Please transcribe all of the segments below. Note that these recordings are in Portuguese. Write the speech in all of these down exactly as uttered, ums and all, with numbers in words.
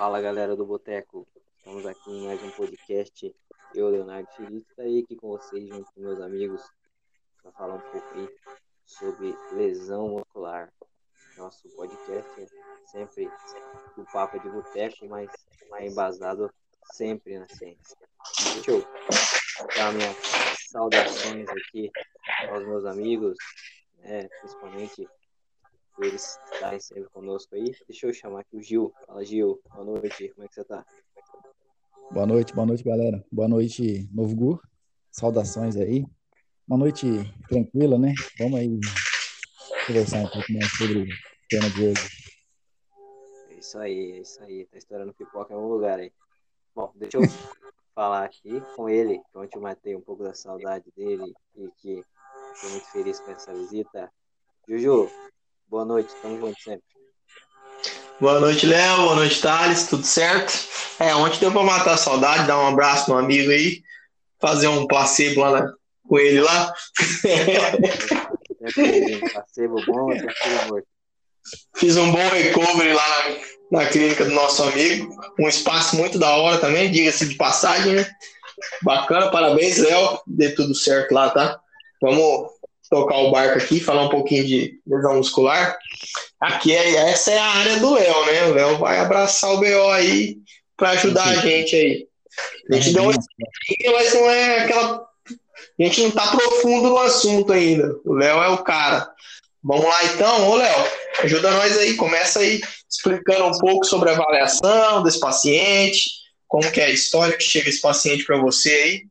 Fala galera do Boteco, estamos aqui em mais um podcast. Eu, Leonardo Felipe, estarei aqui com vocês, junto com meus amigos, para falar um pouco aí sobre lesão muscular. Nosso podcast é sempre o papo de boteco, mas é embasado sempre na ciência. Deixa eu dar minhas saudações aqui aos meus amigos, né, principalmente por eles estarem sempre conosco aí. Deixa eu chamar aqui o Gil. Fala, Gil. Boa noite. Como é que você tá? Boa noite, boa noite, galera. Boa noite, Novo Gu. Saudações aí. Uma noite tranquila, né? Vamos aí conversar um pouco mais sobre o tema de hoje. É isso aí, é isso aí. Tá estourando pipoca em algum lugar aí. Bom, deixa eu falar aqui com ele, que ontem eu matei um pouco da saudade dele e que fiquei muito feliz com essa visita. Juju, boa noite. Tamo junto sempre. Boa noite, Léo. Boa noite, Thales. Tudo certo? É, ontem deu pra matar a saudade, dar um abraço no amigo aí, fazer um placebo lá na- com ele lá. Sempre placebo bom, placebo morto. Fiz um bom recovery lá na, na clínica do nosso amigo. Um espaço muito da hora também, diga-se de passagem, né? Bacana, parabéns, Léo. Deu tudo certo lá, tá? Vamos tocar o barco aqui, falar um pouquinho de lesão muscular. Aqui, é, essa é a área do Léo, né? O Léo vai abraçar o B O aí para ajudar a gente aí. A gente deu uma explicação, mas não é aquela. A gente não tá profundo no assunto ainda. O Léo é o cara. Vamos lá então, ô Léo, ajuda nós aí, começa aí explicando um pouco sobre a avaliação desse paciente, como que é a história que chega esse paciente para você aí.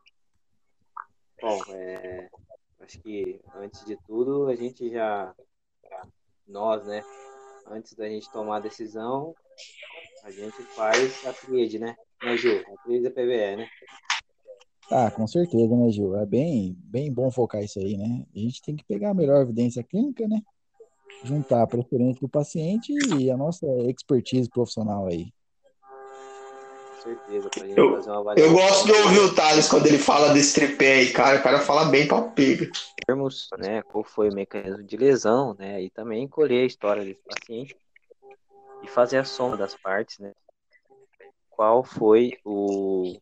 Bom, é, acho que antes de tudo, a gente já, nós, né, antes da gente tomar a decisão, a gente faz a tríade, né? Né, Gil? A tríade da P V E, né? Ah, com certeza, né, Gil? É bem, bem bom focar isso aí, né? A gente tem que pegar a melhor evidência clínica, né? Juntar a preferência do paciente e a nossa expertise profissional aí. Com certeza, pra gente Eu, fazer uma eu avaliação gosto de ouvir boa, o Thales quando ele fala desse tripé aí, cara. O cara fala bem pra pega. termos, né, qual foi o mecanismo de lesão, né, e também colher a história desse paciente e fazer a soma das partes, né, qual foi o,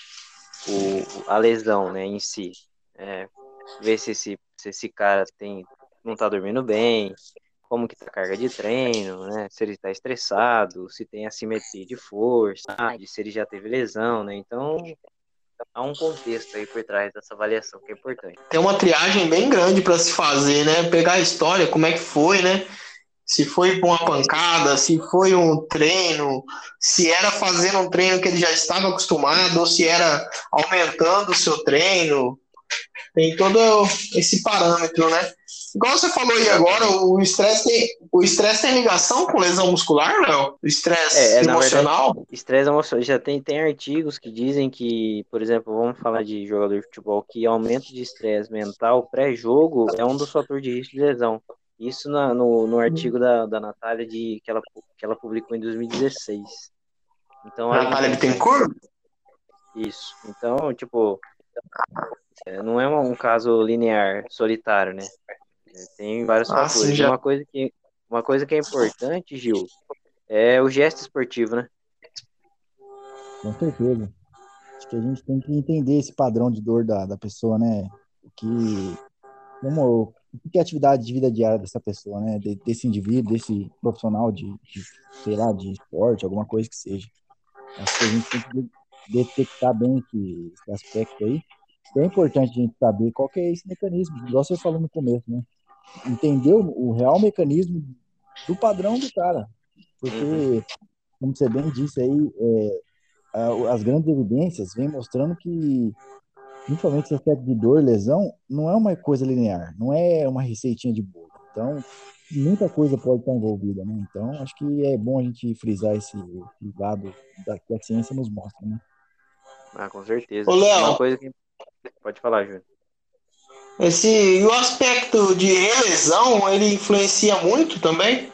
o a lesão, né, em si, é, ver se esse, se esse cara tem, não tá dormindo bem, como que tá a carga de treino, né, se ele tá estressado, se tem assimetria de força, se ele já teve lesão, né, então há um contexto aí por trás dessa avaliação que é importante. Tem uma triagem bem grande para se fazer, né? Pegar a história, como é que foi, né? Se foi uma pancada, se foi um treino, se era fazendo um treino que ele já estava acostumado, ou se era aumentando o seu treino. Tem todo esse parâmetro, né? Igual você falou aí agora, Exatamente. o estresse tem, o estresse tem ligação com lesão muscular, Léo? O É, é, estresse na verdade, emocional? estresse emocional. Já tem, tem artigos que dizem que, por exemplo, vamos falar de jogador de futebol, que aumento de estresse mental pré-jogo é um dos fatores de risco de lesão. Isso na- no, no artigo da, da Natália de, que, ela, que ela publicou em dois mil e dezesseis. Então, olha que Natália interessante. Bittencourt? Isso. Então, tipo, é, não é um, um caso linear, solitário, né? É, tem vários Ah, sim, fatores. E já. uma coisa que, uma coisa que é importante, Gil, é o gesto esportivo, né? Com certeza. Acho que a gente tem que entender esse padrão de dor da, da pessoa, né? O que, como, o que é a atividade de vida diária dessa pessoa, né? De- desse indivíduo, desse profissional de, de, sei lá, de esporte, alguma coisa que seja. Acho que a gente tem que de- detectar bem esse, esse aspecto aí. É importante a gente saber qual que é esse mecanismo, igual você falou no começo, né? Entender o, o real mecanismo do padrão do cara. Uhum. Porque, como você bem disse aí, é, a- as grandes evidências vêm mostrando que principalmente esse aspecto de dor, lesão, não é uma coisa linear, não é uma receitinha de bolo. Então, muita coisa pode estar envolvida, né? Então, acho que é bom a gente frisar esse, esse lado da, que a ciência nos mostra, né? Ah, com Ô, certeza. Uma Léo, coisa que. Pode falar, Júnior. esse, e o aspecto de relesão, ele influencia muito também?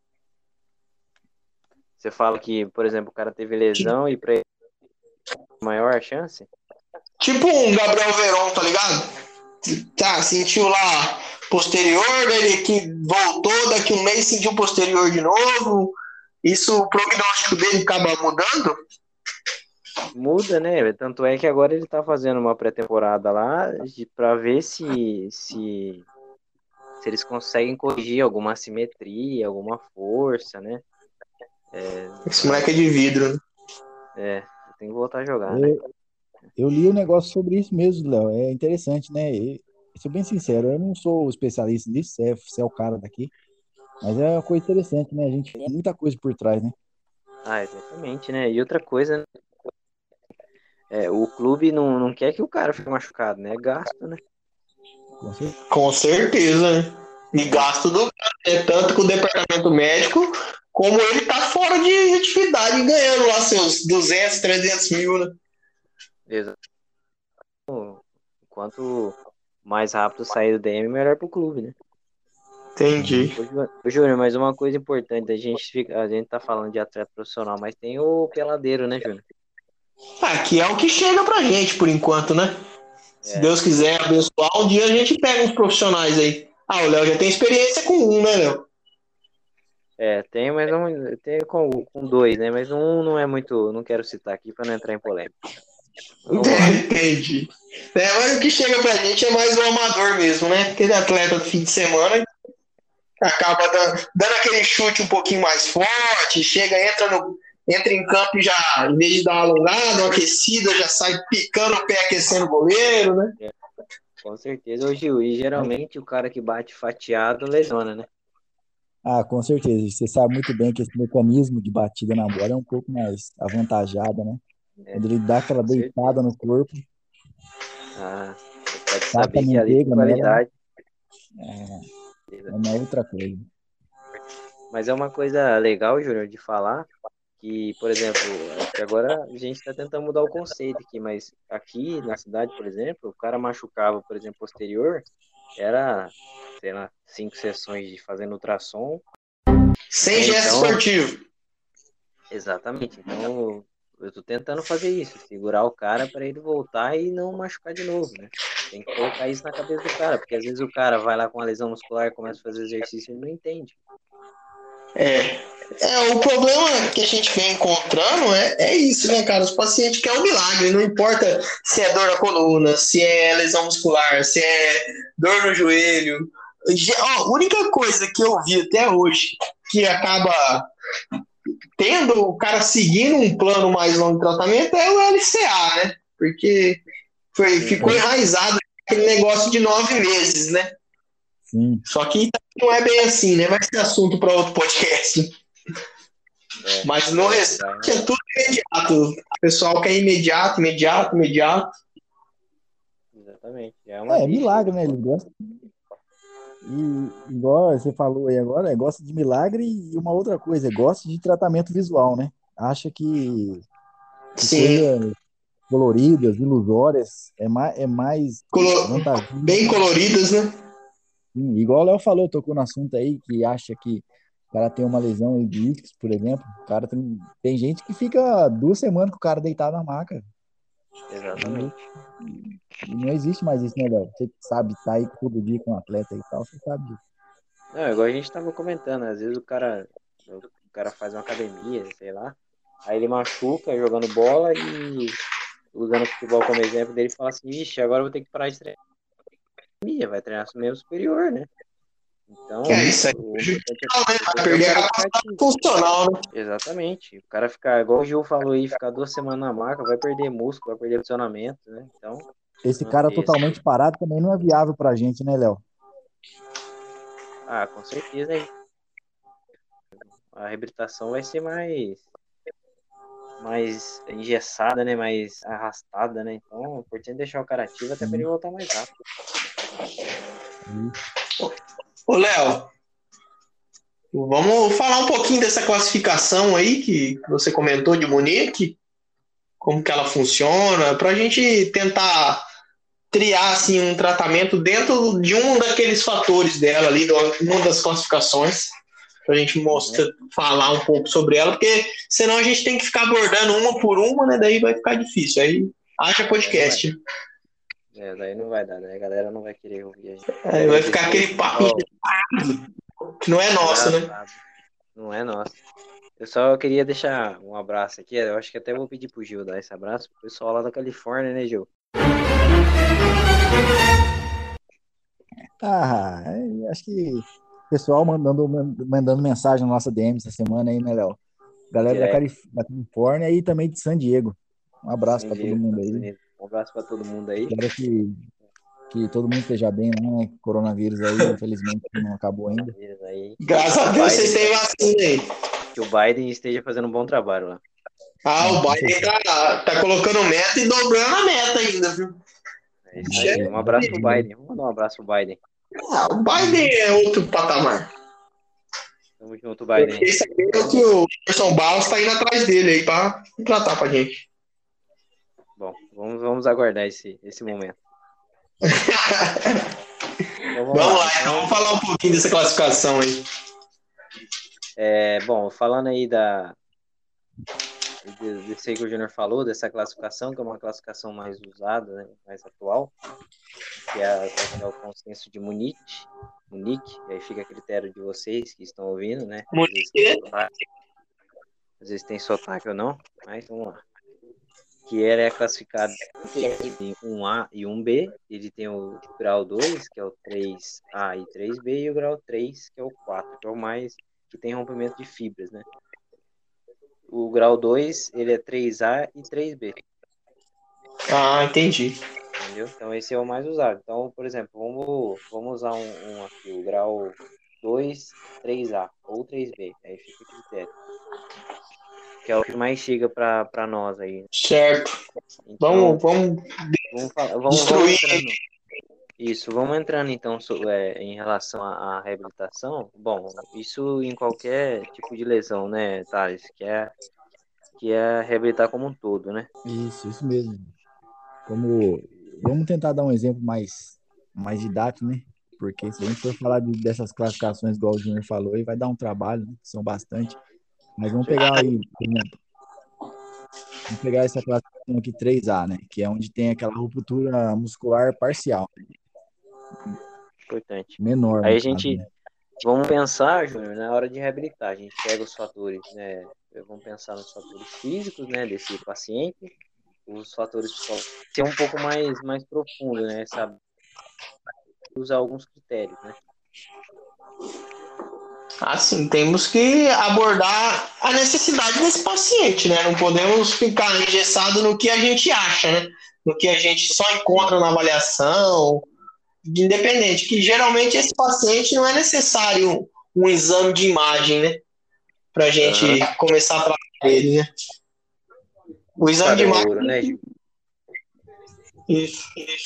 Você fala que, por exemplo, o cara teve lesão e para ele é maior a chance? Tipo um Gabriel Veron, tá ligado? Tá, sentiu lá posterior, ele que voltou, daqui um mês sentiu posterior de novo, isso, o prognóstico dele acaba mudando? Muda, né? Tanto é que agora ele tá fazendo uma pré-temporada lá de- pra ver se, se, se eles conseguem corrigir alguma assimetria, alguma força, né? É, Esse moleque é mas de vidro, né? é, tem que voltar a jogar, né? Eu, eu li um negócio sobre isso mesmo, Léo. É interessante, né? E, sou bem sincero, eu não sou especialista nisso, você é, você é o cara daqui. Mas é uma coisa interessante, né? A gente tem muita coisa por trás, né? Ah, exatamente, né? E outra coisa, né? É, o clube não, não quer que o cara fique machucado, né? É gasto, né? Com certeza. Com certeza, né? E É, gasto do é tanto com o departamento médico, como ele tá fora de atividade, ganhando lá seus duzentos, trezentos mil, né? exato. Quanto mais rápido sair do D M, melhor pro clube, né? Entendi. Ô, Jú- ô, Júnior, mas uma coisa importante, a gente fica, a gente tá falando de atleta profissional, mas tem o peladeiro, né, Júnior? Aqui é o que chega pra gente, por enquanto, né? Se É, Deus quiser abençoar, um dia a gente pega uns profissionais aí. Ah, o Léo já tem experiência com um, né, Léo? é, tem, mas não, tem com, com dois, né? Mas um não é muito, não quero citar aqui para não entrar em polêmica. Mas vamos lá. Entendi. É, mas o que chega pra gente é mais o amador mesmo, né? Aquele atleta do fim de semana acaba dando, dando aquele chute um pouquinho mais forte, chega, entra, no, entra em campo e já, em vez de dar uma alongada, uma aquecida, já sai picando o pé, aquecendo o goleiro, né? É, com certeza, ô Gil, e geralmente o cara que bate fatiado lesiona, né? Ah, com certeza. Você sabe muito bem que esse mecanismo de batida na bola é um pouco mais avantajado, né? É, Quando ele dá aquela com certeza. deitada no corpo, Ah, você pode taca a saber que ali tem manteiga nela, qualidade. é uma outra coisa. Mas é uma coisa legal, Júnior, de falar que, por exemplo, é que agora a gente está tentando mudar o conceito aqui, mas aqui na cidade, por exemplo, o cara machucava, por exemplo, posterior, era, sei lá, cinco sessões de fazendo ultrassom, Sem né? gesto Então, esportivo. exatamente. Então, eu tô tentando fazer isso, segurar o cara para ele voltar e não machucar de novo, né? Tem que colocar isso na cabeça do cara, porque às vezes o cara vai lá com uma lesão muscular, começa a fazer exercício e ele não entende. É. É, o problema que a gente vem encontrando é, é isso, né, cara? Os pacientes querem um milagre, não importa se é dor na coluna, se é lesão muscular, se é dor no joelho. Ó, a única coisa que eu vi até hoje que acaba tendo o cara seguindo um plano mais longo de tratamento é o L C A, né? Porque foi, ficou Uhum. enraizado aquele negócio de nove meses, né? Sim. Só que não é bem assim, né? Vai ser assunto para outro podcast. É, Mas no é, já, restante é tudo imediato. O pessoal quer imediato, imediato, imediato. exatamente, já é uma É, é deixa aí. milagre, né? Ele gosta. E igual você falou aí agora, gosta de milagre e uma outra coisa, gosta de tratamento visual, né? Acha que, que Sim. coisas coloridas, ilusórias, é mais, é mais Colo- vantajoso. Bem coloridas, né? Sim, igual o Léo falou, tocou no assunto aí, que acha que o cara tem uma lesão aí de isquios, por exemplo. O cara tem, tem gente que fica duas semanas com o cara deitado na maca. E, Exatamente. e não existe mais isso, né, Léo? Você que sabe, tá aí todo dia com um atleta e tal, você sabe disso. Não, igual a gente tava comentando, às vezes o cara, o cara faz uma academia, sei lá, aí ele machuca jogando bola e usando o futebol como exemplo dele fala assim, ixi, agora eu vou ter que parar de treinar, vai treinar no membro superior, né? É Então, isso aí. o importante é, Prejudicial, né? o Vai importante é o perder a cara ficar capacidade ativo. funcional, né? Exatamente. O cara ficar, igual o Gil falou aí, ficar duas semanas na maca, vai perder músculo, vai perder funcionamento, né? Então, Esse cara manter esse. totalmente parado também não é viável pra gente, né, Léo? Ah, com certeza, né? A reabilitação vai ser mais, mais engessada, né? Mais arrastada, né? Então, é importante deixar o cara ativo até para ele Sim. voltar mais rápido. Ô, Léo, vamos falar um pouquinho dessa classificação aí que você comentou de Munique, como que ela funciona, para a gente tentar triar assim, um tratamento dentro de um daqueles fatores dela ali, de uma das classificações, para a gente mostrar, Uhum. falar um pouco sobre ela, porque senão a gente tem que ficar abordando uma por uma, né? Daí vai ficar difícil. Aí acha Daí não vai, podcast. é, daí não vai dar, né? A galera não vai querer ouvir a gente. Aí vai ficar aquele papo Ó, que não é mais nosso, né? arrastado. Não é nosso. Eu só queria deixar um abraço aqui. Eu acho que até vou pedir pro Gil dar esse abraço pro pessoal lá da Califórnia, né, Gil? Ah, é, acho que o pessoal mandando, mandando mensagem na nossa D M essa semana aí, né, Léo? Galera da, Direto, Calif da Califórnia e também de San Diego. Um abraço San para todo Diego, mundo Estados aí. Unidos. Um abraço pra todo mundo aí. Espero que, que todo mundo esteja bem, né? Coronavírus aí, infelizmente, não acabou ainda. Aí. Graças a O Deus vocês Biden, têm vacina aí. que o Biden esteja fazendo um bom trabalho lá. Ah, Não, o com Biden certeza. tá, tá colocando meta e dobrando a meta ainda, viu? É isso Vai aí. ser- Um vai abraço pro ser- Biden. Vamos mandar um abraço pro Biden. Ah, o Biden é outro patamar. Tamo junto, Eu Biden. fiquei sabendo que o Anderson Barros tá indo atrás dele aí pra contratar pra gente. Bom, vamos, vamos aguardar esse, esse momento. Então vamos Vamos lá. lá, então vamos falar um pouquinho dessa classificação aí. É, bom, falando aí da desse aí que o Júnior falou, dessa classificação, que é uma classificação mais usada, né, mais atual, que é, a, que é o consenso de Munique, Munique, e aí fica a critério de vocês que estão ouvindo, né? Às vezes tem sotaque, às vezes tem sotaque ou não, mas vamos lá. Que ele é classificado em um A e um B, ele tem o grau dois, que é o três A e três B, e o grau três, que é o quatro, que é o mais que tem rompimento de fibras, né? O grau dois, ele é três A e três B. Ah, entendi. Entendeu? Então esse é o mais usado. Então, por exemplo, vamos, vamos usar um, um aqui, o grau dois, três A ou três B. Aí fica a critério. Que é o que mais chega para nós aí. Certo. Então, Vamos, vamos vamos, falar, vamos, vamos destruir. entrando. Isso, vamos entrando então so- é, em relação à, à reabilitação. Bom, isso em qualquer tipo de lesão, né, Thales? Que é, que é reabilitar como um todo, né? Isso, isso mesmo. Como, vamos tentar dar um exemplo mais, mais didático, né? Porque se a gente for falar de- dessas classificações, igual o Júnior falou, aí vai dar um trabalho, né? São bastante. Mas vamos pegar aí, por exemplo, vamos pegar essa classificação aqui três A, né? Que é onde tem aquela ruptura muscular parcial, Importante. menor Aí no a caso, gente, né? vamos pensar, Júnior, na hora de reabilitar. A gente pega os fatores, né? Vamos pensar nos fatores físicos, né, desse paciente, os fatores psicológicos, ser um pouco mais, mais profundo, né? Saber usar alguns critérios, né? Assim, temos que abordar a necessidade desse paciente, né? Não podemos ficar engessado no que a gente acha, né? No que a gente só encontra na avaliação, independente, que geralmente esse paciente não é necessário um, um exame de imagem, né? Pra gente Aham. começar a tratar ele, né? O exame de Padrão imagem. ouro, né, Gil? Isso.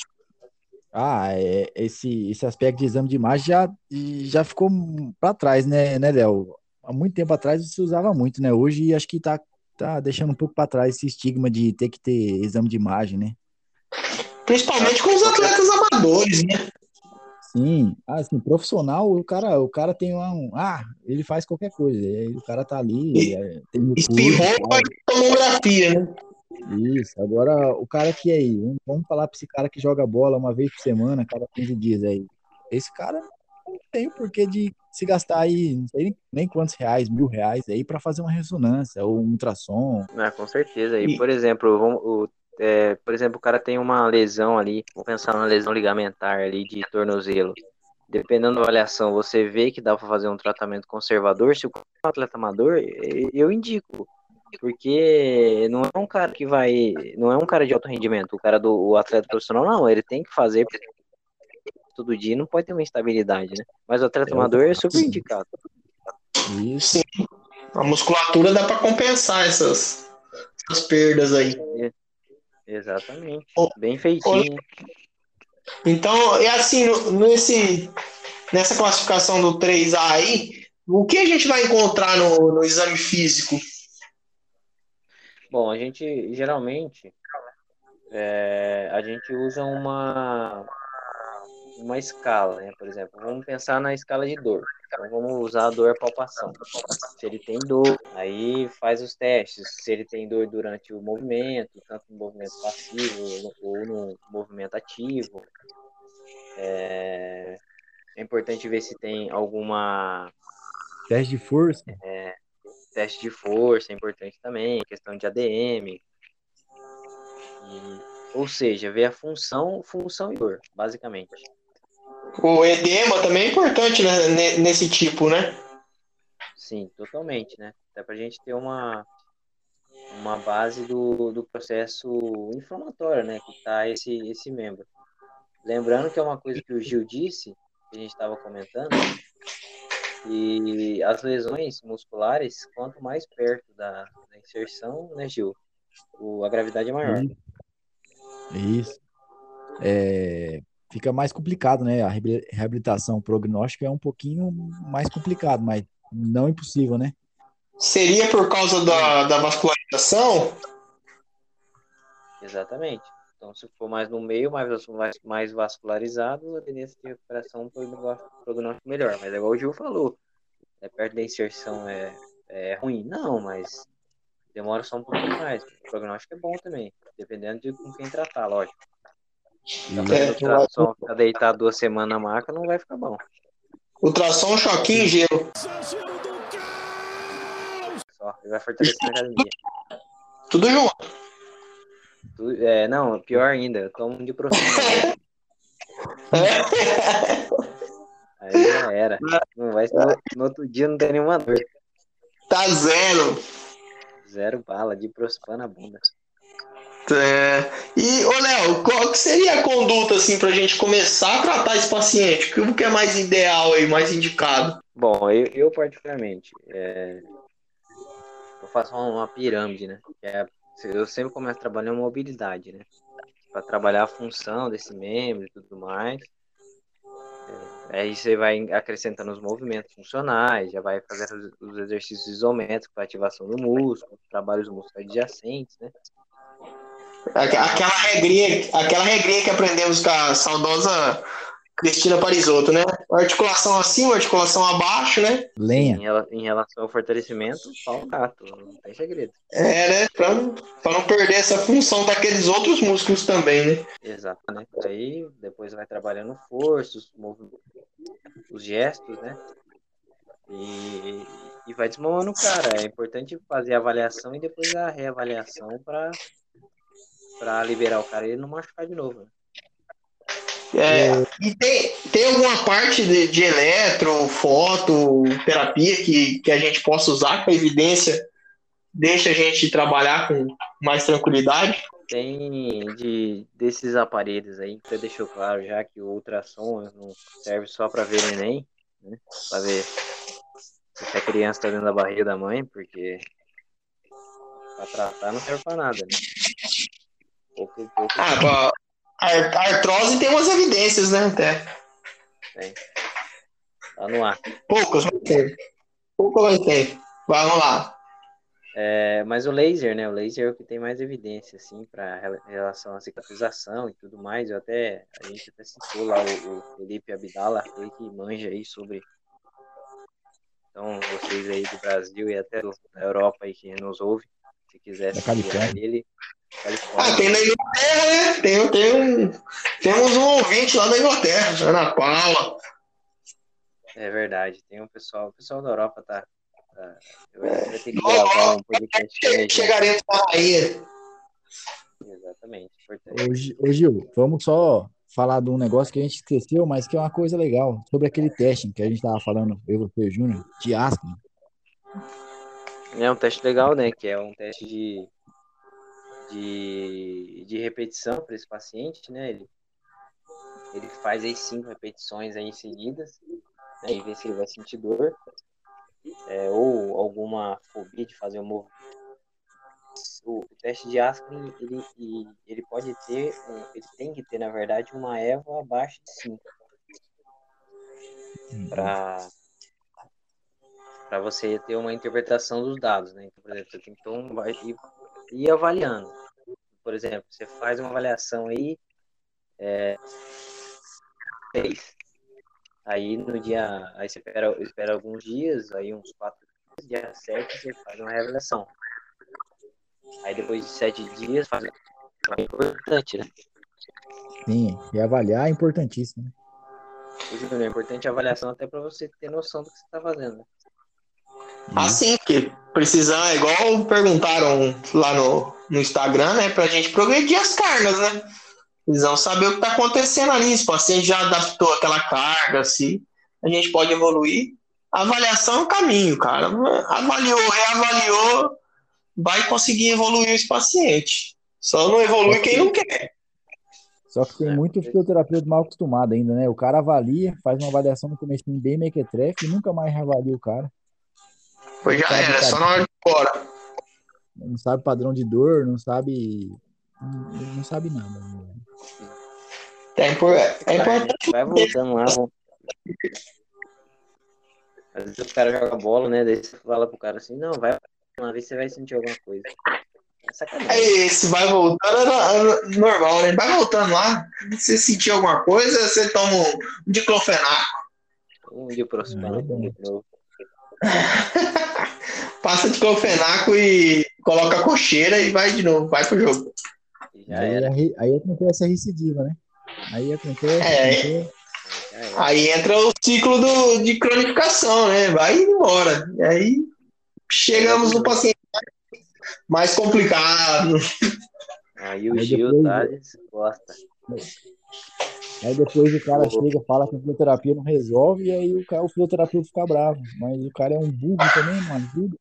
Ah, é, esse, esse aspecto de exame de imagem já, já ficou para trás, né, né, Léo? Há muito tempo atrás se usava muito, né? Hoje acho que tá, tá deixando um pouco para trás esse estigma de ter que ter exame de imagem, né? Principalmente com os Com certeza. atletas amadores, né? Sim, ah, assim, profissional, o cara, o cara tem um, ah, ele faz qualquer coisa, aí o cara tá ali, E, é, tem recurso, espirrou tal. a tomografia, né? Isso, agora o cara que é aí, vamos vamos falar para esse cara que joga bola uma vez por semana, cada quinze dias aí. Esse cara não tem o porquê de se gastar aí, não sei nem quantos reais, mil reais aí para fazer uma ressonância ou um ultrassom. Ah, com certeza. E, E, por exemplo, vamos, o, é, por exemplo, o cara tem uma lesão ali, vou pensar numa lesão ligamentar ali de tornozelo. Dependendo da avaliação, você vê que dá para fazer um tratamento conservador. Se o cara é um atleta amador, eh, eu indico. Porque não é um cara que vai. Não é um cara de alto rendimento. O cara do o atleta profissional, não. Ele tem que fazer todo dia, não pode ter uma instabilidade, né? Mas o atleta É o amador é super indicado. isso. sim, a musculatura dá para compensar essas, essas perdas aí. É, exatamente. Ô, Bem ô, feitinho. Então, é assim, no- nesse, nessa classificação do três A aí, o que a gente vai encontrar no, no exame físico? Bom, a gente geralmente é, a gente usa uma, uma escala, né? Por exemplo, vamos pensar na escala de dor. Então vamos usar a dor palpação. Se ele tem dor, aí faz os testes. Se ele tem dor durante o movimento, tanto no movimento passivo ou no movimento ativo. É, é importante ver se tem alguma Teste de força. teste de força é importante também, questão de A D M. E, ou seja, ver a função, função e dor, basicamente. O edema também é importante, né, ne- nesse tipo, né? Sim, totalmente, né? Até pra gente ter uma, uma base do, do processo inflamatório, né? Que tá esse, esse membro. Lembrando que é uma coisa que o Gil disse, que a gente estava comentando, e as lesões musculares, quanto mais perto da, da inserção, né, Gil? O, a gravidade é maior. Isso. Isso. É, fica mais complicado, né? A reabil- reabilitação, o prognóstico é um pouquinho mais complicado, mas não impossível, né? Seria por causa da, da vascularização? Exatamente. Então, se for mais no meio, mais, mais, mais vascularizado, a tendência de recuperação, um prognóstico melhor. Mas é igual o Gil falou, é perto da inserção é, é ruim? Não, mas demora só um pouquinho mais. O prognóstico é bom também, dependendo de com quem tratar, lógico. Ficar E fazendo É, ultrassom, ficar deitado duas semanas na maca, não vai ficar bom. ultrassom, choquinho, gelo. Só, ele vai fortalecer na academia. Tudo junto. Tu- É, não, pior ainda, eu tomo um de profissional. Aí já era. Não vai, no, no outro dia não tem nenhuma dor. Tá zero. Zero bala, de prospan na bunda. É. E, ô Léo, qual que seria a conduta assim pra gente começar a tratar esse paciente? O que é mais ideal aí, mais indicado? Bom, eu, eu particularmente, é, eu faço uma, uma pirâmide, né? Que é, eu sempre começo trabalhando mobilidade, né? Para trabalhar a função desse membro e tudo mais. É, aí você vai acrescentando os movimentos funcionais, já vai fazer os, os exercícios isométricos para ativação do músculo, trabalho dos músculos adjacentes, né? Aqu- Aquela regrinha, aquela regrinha que aprendemos com a saudosa Cristina Parisotto, né? Articulação acima, articulação abaixo, né? Sim, lenha. em, rela- em relação ao fortalecimento, pau no gato, não tem segredo. É, né? Pra não, pra não perder essa função daqueles outros músculos também, né? Exato, né? Aí depois vai trabalhando força, os, movi- os gestos, né? E, e vai desmamando o cara. É importante fazer a avaliação e depois a reavaliação para para liberar o cara e ele não machucar de novo, né? É, e tem, tem alguma parte de, de eletro, foto, terapia que, que a gente possa usar com a evidência deixa a gente trabalhar com mais tranquilidade? Tem de, desses aparelhos aí, que você deixou claro já que o ultrassom não serve só para ver neném, né? Para ver se a criança está dentro da barriga da mãe, porque para tratar não serve para nada, né? Pouco, pouco Ah, pra, a artrose tem umas evidências, né? Até. tem. Tá no ar. Poucas, mas tem. Pouco, mas tem. Vamos lá. É, mas o laser, né? O laser é o que tem mais evidência, assim, para relação à cicatrização e tudo mais. Eu até, a gente até citou lá o, o Felipe Abdala, ele que manja aí sobre. Então, vocês aí do Brasil e até do, da Europa aí que nos ouve, se quiser Da seguir a Califórnia. ele, Ah, Califórnia. tem na Inglaterra, né? Tem, tem um, temos um ouvinte lá da Inglaterra, Ana Paula. É verdade, tem um pessoal, o pessoal da Europa tá. tá eu- a gente vai ter que Logo, gravar logo, um podcast com eles junto. chegaremos na Bahia. Exatamente, importante. Ô, Gi- ô, Gil, vamos só falar de um negócio que a gente esqueceu, mas que é uma coisa legal, sobre aquele teste que a gente estava falando, eu, você e o Júnior, de Aspen. É um teste legal, né? Que é um teste de, de, de repetição para esse paciente, né? Ele, ele faz aí cinco repetições aí seguidas, né? E vê se ele vai sentir dor, é, ou alguma fobia de fazer o movimento. O, o teste de Askren, ele, ele, ele pode ter, um, ele tem que ter, na verdade, uma EVA abaixo de cinco para para você ter uma interpretação dos dados, né? Então, por exemplo, você tem que então, vai, ir, ir avaliando. Por exemplo, você faz uma avaliação aí, é, seis. Aí no dia, aí você espera, espera alguns dias, aí uns quatro dias, dia sete você faz uma reavaliação. Aí depois de sete dias faz é importante, né? Sim, e avaliar é importantíssimo, né? O Júnior, é importante a avaliação até para você ter noção do que você está fazendo, né? Assim, que precisar, é igual perguntaram lá no, no Instagram, né? Pra gente progredir as cargas, né? Precisamos saber o que está acontecendo ali. Se o paciente já adaptou aquela carga, se a gente pode evoluir. A avaliação é um caminho, cara. Avaliou, reavaliou, vai conseguir evoluir esse paciente. Só não evolui quem não quer. Só que tem É, muito fisioterapeuta mal acostumado ainda, né? O cara avalia, faz uma avaliação no começo bem mequetrefe e nunca mais reavalia o cara. Pois Não já sabe, era, é padrão, só na hora de ir embora. não sabe padrão de dor, não sabe. Não, não sabe nada, né? É, impor- é Claro, né? importante. Vai voltando lá, vão. Às vezes o cara joga bola, né? Daí você fala pro cara assim, não, vai uma vez você vai sentir alguma coisa. É sacanagem. É esse, vai voltando, é normal, né? Vai voltando lá. Se sentir alguma coisa, você toma um diclofenaco. Um diclofenaco É bom. de novo. Passa diclofenaco e coloca a cocheira e vai de novo, vai pro jogo. E já Aí, era. aí, aí acontece a recidiva, né? Aí acontece, É, acontece. Já era. aí entra o ciclo do, de cronificação, né? Vai embora. E aí chegamos no paciente mais complicado. Aí o Aí Gil, depois, Thales, gosta. aí depois o cara O- chega, fala que a fisioterapia não resolve, e aí o, cara, o fisioterapeuta fica bravo. Mas o cara é um burro também, não ajuda.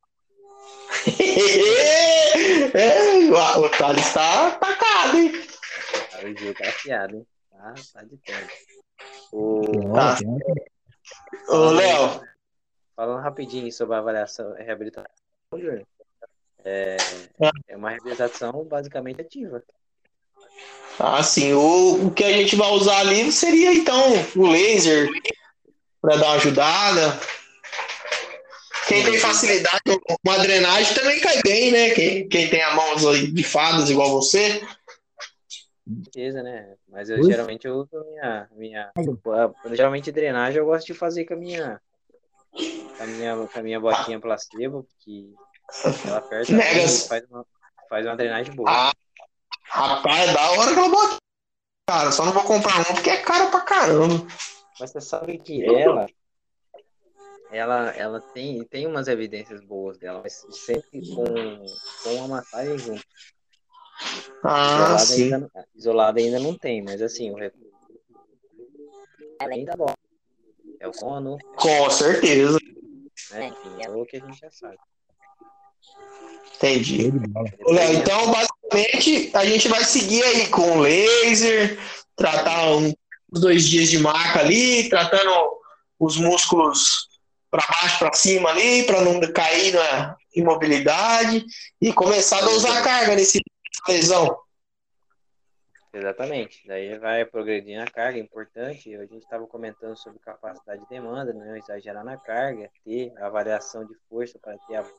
É, o Thales tá atacado, hein? Ah, o Gil tá afiado, hein? Tá, tá de pé. O... Tá. Tem hora que- Ô, Falando, aí, Léo, falando rapidinho sobre a avaliação e reabilitação, Júnior, é, é uma reabilitação basicamente ativa. assim, o, o que a gente vai usar ali seria então o laser para dar uma ajudada. Quem tem facilidade com a drenagem também cai bem, né? Quem, quem tem a mão de fadas igual você. Com certeza, né? Mas eu Oi? geralmente eu uso a minha, minha. a- Geralmente drenagem eu gosto de fazer com a minha. Com a minha, com a minha botinha placebo, porque ela aperta bem e Negas. faz uma, faz uma drenagem boa. Ah, rapaz, é da hora que eu boto. Cara, só não vou comprar um porque é caro pra caramba. Mas você sabe que ela, ela, ela tem, tem umas evidências boas dela, mas sempre com, com a massagem junto. Ah, Isolada sim. ainda, não- isolada ainda não tem, mas assim, o recurso além da bola. É o cono, Com certeza. né? Enfim, é o que a gente já sabe. Entendi. Show de bola. Ô, Léo, então, basicamente, a gente vai seguir aí com laser, tratar um, os dois dias de marca ali, tratando os músculos para baixo, para cima ali, para não cair na imobilidade e começar a usar a carga nesse lesão. Exatamente. Daí vai progredindo a carga, é importante. A gente estava comentando sobre capacidade de demanda, não exagerar na carga, ter a variação de força para ter a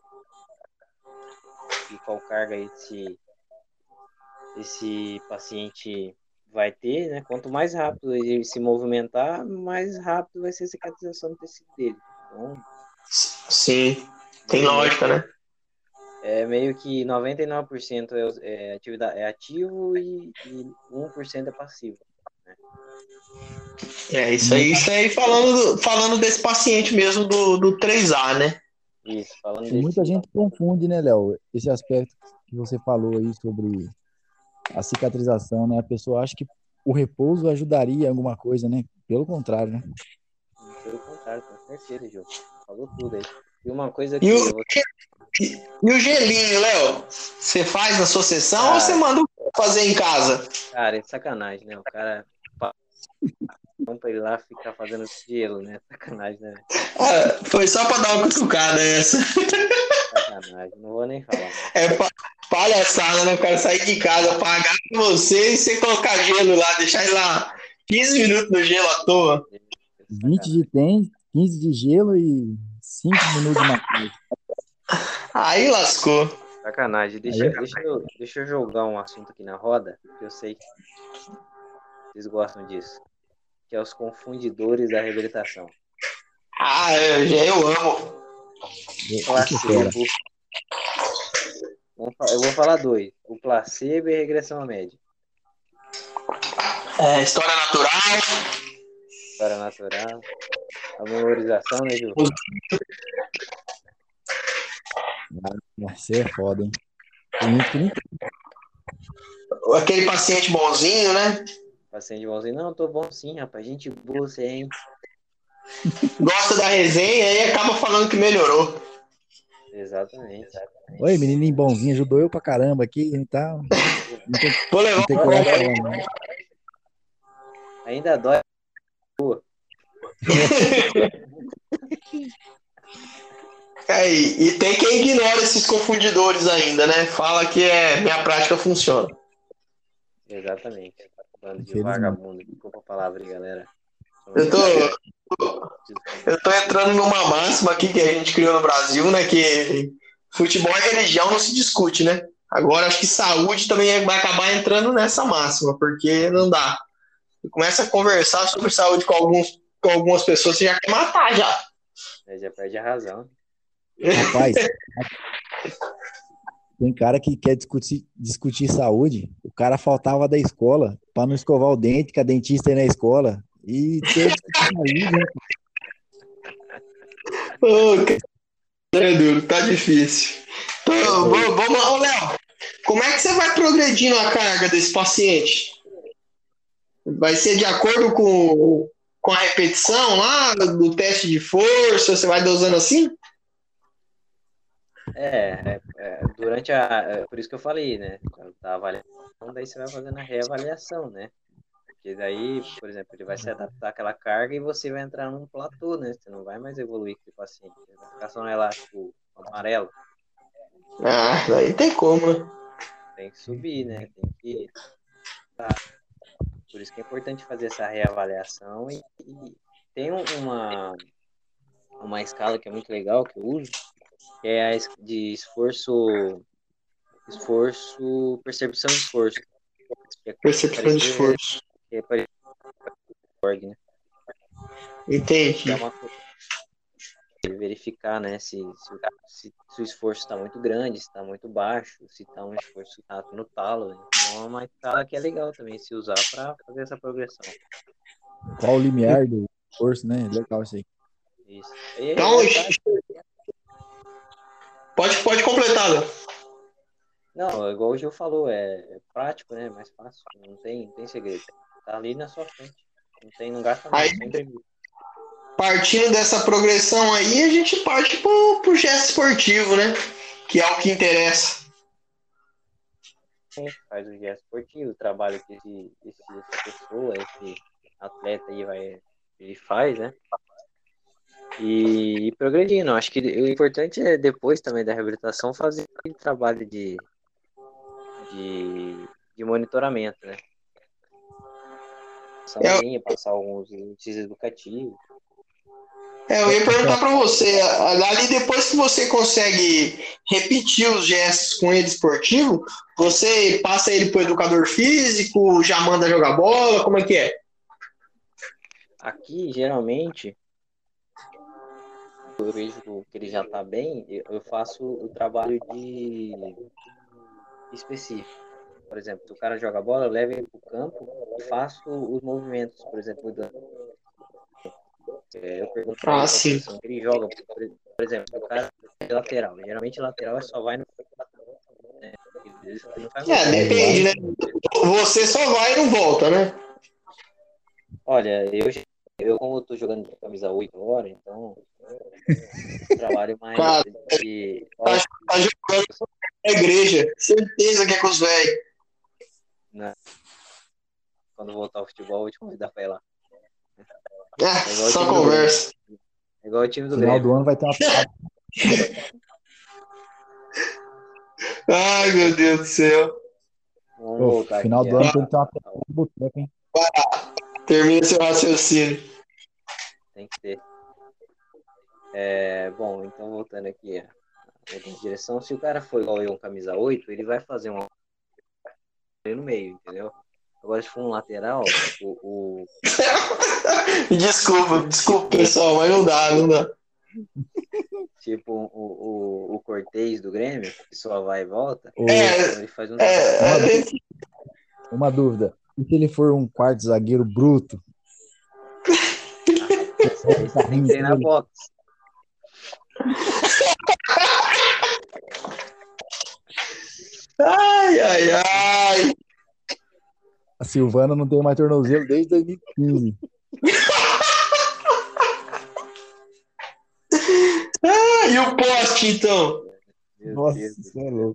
e qual carga esse, esse paciente vai ter, né? Quanto mais rápido ele se movimentar, mais rápido vai ser a cicatrização do tecido dele. Então, Sim, tem lógica, né? é meio que noventa e nove por cento é, é, atividade, é ativo e, e um por cento é passivo. Né? É isso aí, isso aí falando, falando desse paciente mesmo do, do três A, né? Isso, falando E desse. muita gente confunde, né, Léo? Esse aspecto que você falou aí sobre a cicatrização, né? A pessoa acha que o repouso ajudaria em alguma coisa, né? Pelo contrário, né? Pelo contrário, com certeza, Gil. Falou tudo aí. E uma coisa que E o, eu vou... e, e o gelinho, Léo? Você faz na sua sessão Cara, ou você manda fazer em casa? Cara, é sacanagem, né? O cara não pra ele lá ficar fazendo gelo, né? Sacanagem, né? Ah, foi só pra dar uma cutucada essa. Sacanagem, não vou nem falar. É palhaçada, né? O cara sair de casa, pagar com você e você colocar gelo lá, deixar ele lá quinze minutos no gelo à toa. vinte de tem, quinze de gelo e cinco minutos de massagem. Aí lascou. Sacanagem. Deixa, deixa, eu, deixa eu jogar um assunto aqui na roda, que eu sei que vocês gostam disso. Que é os confundidores da reabilitação. Ah, eu, eu amo. Placebo. Eu vou falar dois. O placebo e a regressão à média. É, história natural. História natural. A memorização, né, Ju? Você é foda, hein? Tem gente que não Aquele paciente bonzinho, né? Paciente bonzinho, não, tô bom sim, rapaz. Gente boa você, hein? Gosta da resenha e acaba falando que melhorou. Exatamente. Oi, menininho bonzinho, ajudou eu pra caramba aqui e tal. Não tem, Vou levar não tem um coragem de copo aí. falar, não. Ainda dói. É, e, e tem quem ignora esses confundidores ainda, né? Fala que é minha prática funciona. Exatamente. Bando de Infelizmente. vagabundo. Desculpa a palavra aí, galera. Eu tô, eu tô entrando numa máxima aqui que a gente criou no Brasil, né? Que futebol e religião não se discute, né? Agora acho que saúde também vai acabar entrando nessa máxima, porque não dá. Você começa a conversar sobre saúde com, alguns, com algumas pessoas, você já quer matar já. Aí já perde a razão. Rapaz, tem cara que quer discutir, discutir saúde. O cara faltava da escola pra não escovar o dente, que a dentista ia na escola. E quer discutir saúde, né? Ô, cara, é duro, tá difícil. Então, vamos, vamos lá, ô Léo. Como é que você vai progredindo a carga desse paciente? Vai ser de acordo com, com a repetição lá, do teste de força? Você vai dosando assim? É, é, é, durante a. É, por isso que eu falei, né? Da avaliação, daí você vai fazendo a reavaliação, né? Porque daí, por exemplo, ele vai se adaptar àquela carga e você vai entrar num platô, né? Você não vai mais evoluir com o paciente. Ele vai ficar só no elástico amarelo. Ah, aí tem como, né? Tem que subir, né? Tem que. Tá. Por isso que é importante fazer essa reavaliação. E, e tem uma, uma escala que é muito legal que eu uso, que é a de esforço. Esforço. Percepção de esforço. Que é Percepção de parecer- esforço. que é parecer org, né? Entendi. É uma coisa de verificar, né, se, se, o- se, se o esforço está muito grande, se está muito baixo, se está um esforço que tá no talo. Né? Então é uma escala que é legal também se usar para fazer essa progressão. Qual o limiar do curso, né? Legal isso aí. Isso. E aí, Então, é prático. pode, pode completar, Léo. Não, igual o Gil falou, é, é prático, né? Mais fácil. Não tem, não tem segredo. Tá ali na sua frente. Não tem, não gasta nada, Aí- sempre Partindo dessa progressão aí, a gente parte pro, pro gesto esportivo, né? Que é o que interessa. faz o gesto esportivo, o trabalho que esse, esse, essa pessoa, esse atleta aí vai, ele faz, né? E, e progredindo. Acho que o importante é depois também da reabilitação fazer aquele trabalho de, de, de monitoramento, né? Passar É, uma linha, passar alguns índices educativos. É, eu ia perguntar para você, ali depois que você consegue repetir os gestos com ele esportivo, você passa ele pro educador físico, já manda jogar bola, como é que é? Aqui, geralmente, eu vejo que ele já está bem, eu faço o trabalho de específico. Por exemplo, se o cara joga bola, eu levo ele para o campo e faço os movimentos, por exemplo, mudando. Eu pergunto para Ah, ele qual sim. posição que ele joga. Por exemplo, o cara é lateral. Geralmente lateral é só vai no. Né? Ele não faz É, depende, né? Você só vai e não volta, né? Olha, eu, eu como eu tô jogando de camisa oito agora, então eu trabalho mais Cara, de. Tá, tá jogando na igreja, certeza que é com os velhos. Né? Quando voltar ao futebol, eu vou te convidar pra ir lá. É, É igual o só time do conversa. É igual o time do No final Grêmio. do ano vai ter uma piada. Ai, meu Deus do céu. Vamos Pô, voltar final aqui. do a- ano tem que ter uma piada de boteco, hein? Termina seu raciocínio. Tem que ter. É, bom, então voltando aqui a outra direção, se o cara for igual eu, um camisa oito, ele vai fazer uma no meio, entendeu? Agora, se for um lateral, o, o, Desculpa, desculpa, pessoal, mas não dá, não dá. tipo o, o, o Cortez do Grêmio, que só vai e volta, Ô, É, então ele faz um É, Uma, é, uma dúvida. E se ele for um quarto zagueiro bruto? Aí você tem que treinar boxe. Ai, ai, ai. A Silvana não tem mais tornozelo desde dois mil e quinze. Ah, e o poste, então? Meu Nossa, Deus do você é céu. louco.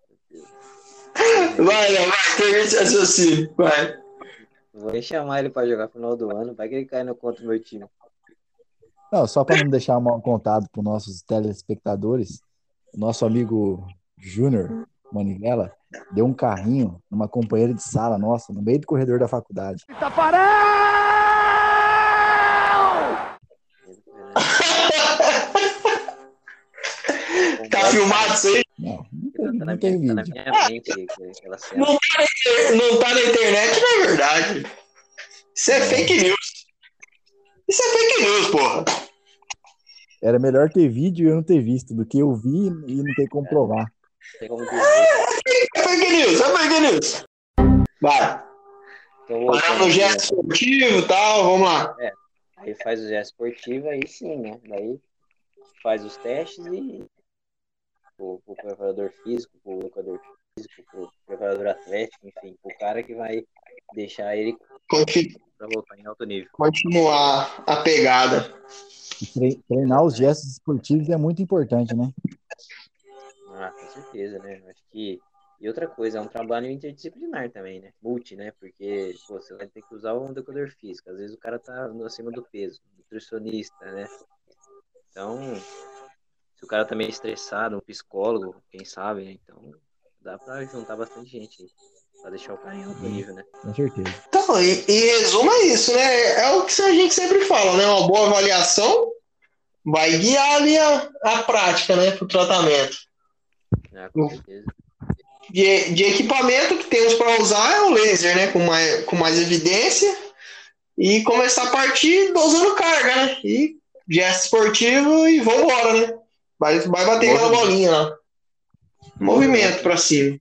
Vai, Léo, vai, termina esse raciocínio, vai. Não vou nem chamar ele pra jogar final do ano. Vai que ele cai no contra o meu time. Não, só para não deixar mal contado para os nossos telespectadores, o nosso amigo Júnior Manivela deu um carrinho numa companheira de sala nossa, no meio do corredor da faculdade. Tá filmado isso aí? Não, não Tá tem, na não tem minha, tá na vídeo. minha mente aquela cena. Não tá, na, inter- não tá na internet, não é verdade. Isso é fake news. Isso é fake news, porra. Era melhor ter vídeo e eu não ter visto do que eu vi e não ter como provar. Não tem como dizer. É fake news, é fake news. Vai. Então, Paramos voltando no aqui, gesto né? esportivo e tal, vamos lá. Aí faz o gesto esportivo, aí sim, né? Daí faz os testes e o, o preparador físico, o educador físico, o preparador atlético, enfim, o cara que vai deixar ele Conti- para voltar em alto nível. Continuar a pegada. E tre- Treinar os gestos esportivos é muito importante, né? Ah, com certeza, né? Acho que. E outra coisa, é um trabalho interdisciplinar também, né? Multi, né? Porque pô, você vai ter que usar um educador físico. Às vezes o cara tá no- acima do peso, nutricionista, né? Então, se o cara tá meio estressado, um psicólogo, quem sabe, né? Então, dá pra juntar bastante gente aí. Pra deixar o cara em alto nível, né? Com certeza. Então, em, em resumo é isso, né? É o que a gente sempre fala, né? Uma boa avaliação vai guiar ali a, a prática, né? Pro tratamento. Ah, com certeza. De, de equipamento que temos para usar é o laser, né? Com mais, com mais evidência. E começar a partir dosando carga, né? E gesto esportivo e vambora, né? Vai, vai bater aquela Movimento. bolinha lá. Movimento para cima.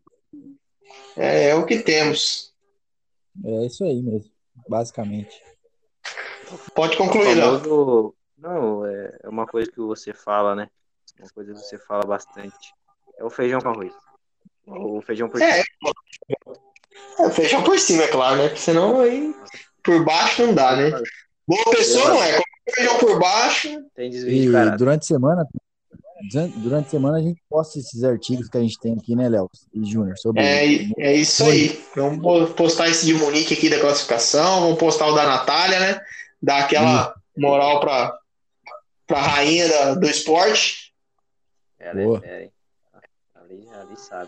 É, é o que temos. É isso aí mesmo, basicamente. Pode O concluir, Léo. famoso. Não, é é uma coisa que você fala, né? Uma coisa que você fala bastante. É o feijão com arroz. O feijão por É, cima. é, feijão por cima, é claro, né? Porque senão aí por baixo não dá, né? Boa pessoa não é. Coloca feijão por baixo. Tem desvio de E caráter. durante a semana, durante a semana a gente posta esses artigos que a gente tem aqui, né, Léo e Júnior, sobre É, é isso aí. Vamos postar esse de Munique aqui da classificação. Vamos postar o da Natália, né? Dar aquela moral pra, pra rainha da- do esporte. Ela é Boa. fera, hein? Ali, ali sabe.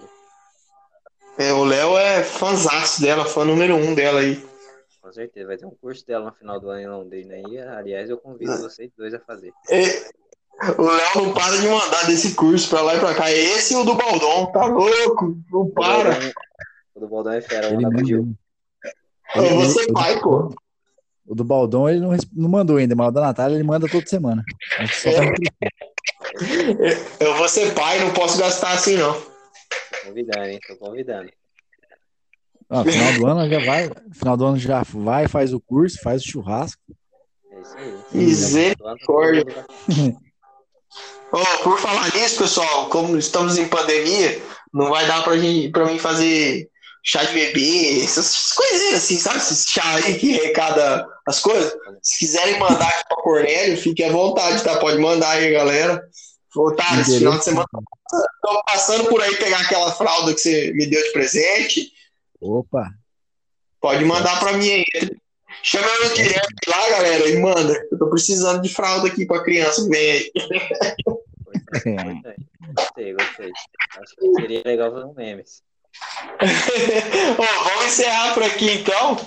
É, o Léo é fãzaço dela, fã número um dela aí. Com certeza. Vai ter um curso dela no final do ano em Londrina aí. Aliás, eu convido vocês dois a fazer. É, o Léo não para de mandar desse curso pra lá e pra cá. É esse e o do Baldon, tá louco? Não O do para. Baldão- O do Baldão é fera, Ele o manda. Gil. Eu vou ser pai, pô. O do Baldon ele não, res- não mandou ainda, mas o da Natália ele manda toda semana. Acho que só pra refletir. Eu vou ser pai, não posso gastar assim, não. Tô convidando, hein? Tô convidando. Não, final do ano já vai. Final do ano já vai, faz o curso, faz o churrasco. É isso aí. Misericórdia. Oh, por falar nisso, pessoal, como estamos em pandemia, não vai dar pra, gente, pra mim fazer chá de bebê, essas coisinhas assim, sabe? Esse chá aí que recada as coisas. Se quiserem mandar aqui pra Cornélio, fique à vontade, tá? Pode mandar aí, galera. Tá, esse final de semana tô passando por aí pegar aquela fralda que você me deu de presente. Opa! Pode mandar pra mim aí. Chama eu no direct lá, galera, e manda. Eu tô precisando de fralda aqui pra criança que vem aí. Gostei, gostei. Acho que seria legal fazer um memes. Ó, vamos encerrar por aqui então.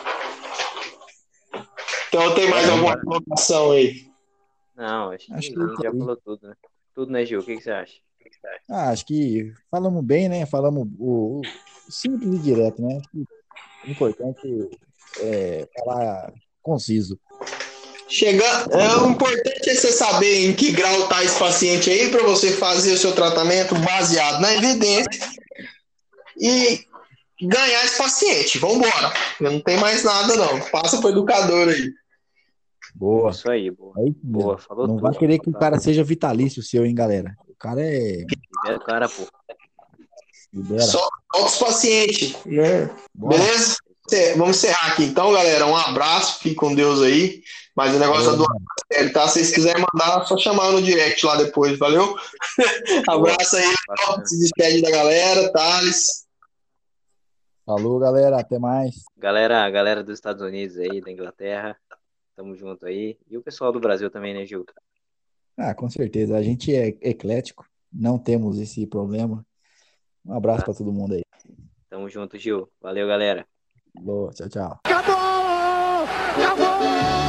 Então tem mais alguma colocação aí? Não, acho que, Acho que a gente já aí. falou tudo, né? Tudo, né, Gil? O que, que você acha? O que que você acha? Ah, acho que falamos bem, né? Falamos o, o simples e direto, né? Acho que o importante é falar conciso. Chegando, é, o importante é você saber em que grau está esse paciente aí para você fazer o seu tratamento baseado na evidência e ganhar esse paciente. Vamos embora. Não tem mais nada, não. Passa para o educador aí. Boa. Isso aí, boa. Aí, Boa, falou não tudo. vai querer que o cara seja vitalício seu, hein, galera? O cara é. Libera o cara, pô. Libera. Só toca os pacientes, né? Bora. Beleza? Cê- Vamos encerrar aqui então, galera. Um abraço, fique com Deus aí. Mas o negócio Valeu, da doação é sério, tá? Se vocês quiserem mandar, é só chamar no direct lá depois, valeu? Abraço aí, Bacana. se despede da galera, Thales. Falou, galera. Até mais. Galera, a galera dos Estados Unidos aí, da Inglaterra, tamo junto aí. E o pessoal do Brasil também, né, Gil? Ah, com certeza. A gente é eclético. Não temos esse problema. Um abraço para todo mundo aí. Tamo junto, Gil. Valeu, galera. Falou, tchau, tchau. Acabou! Acabou!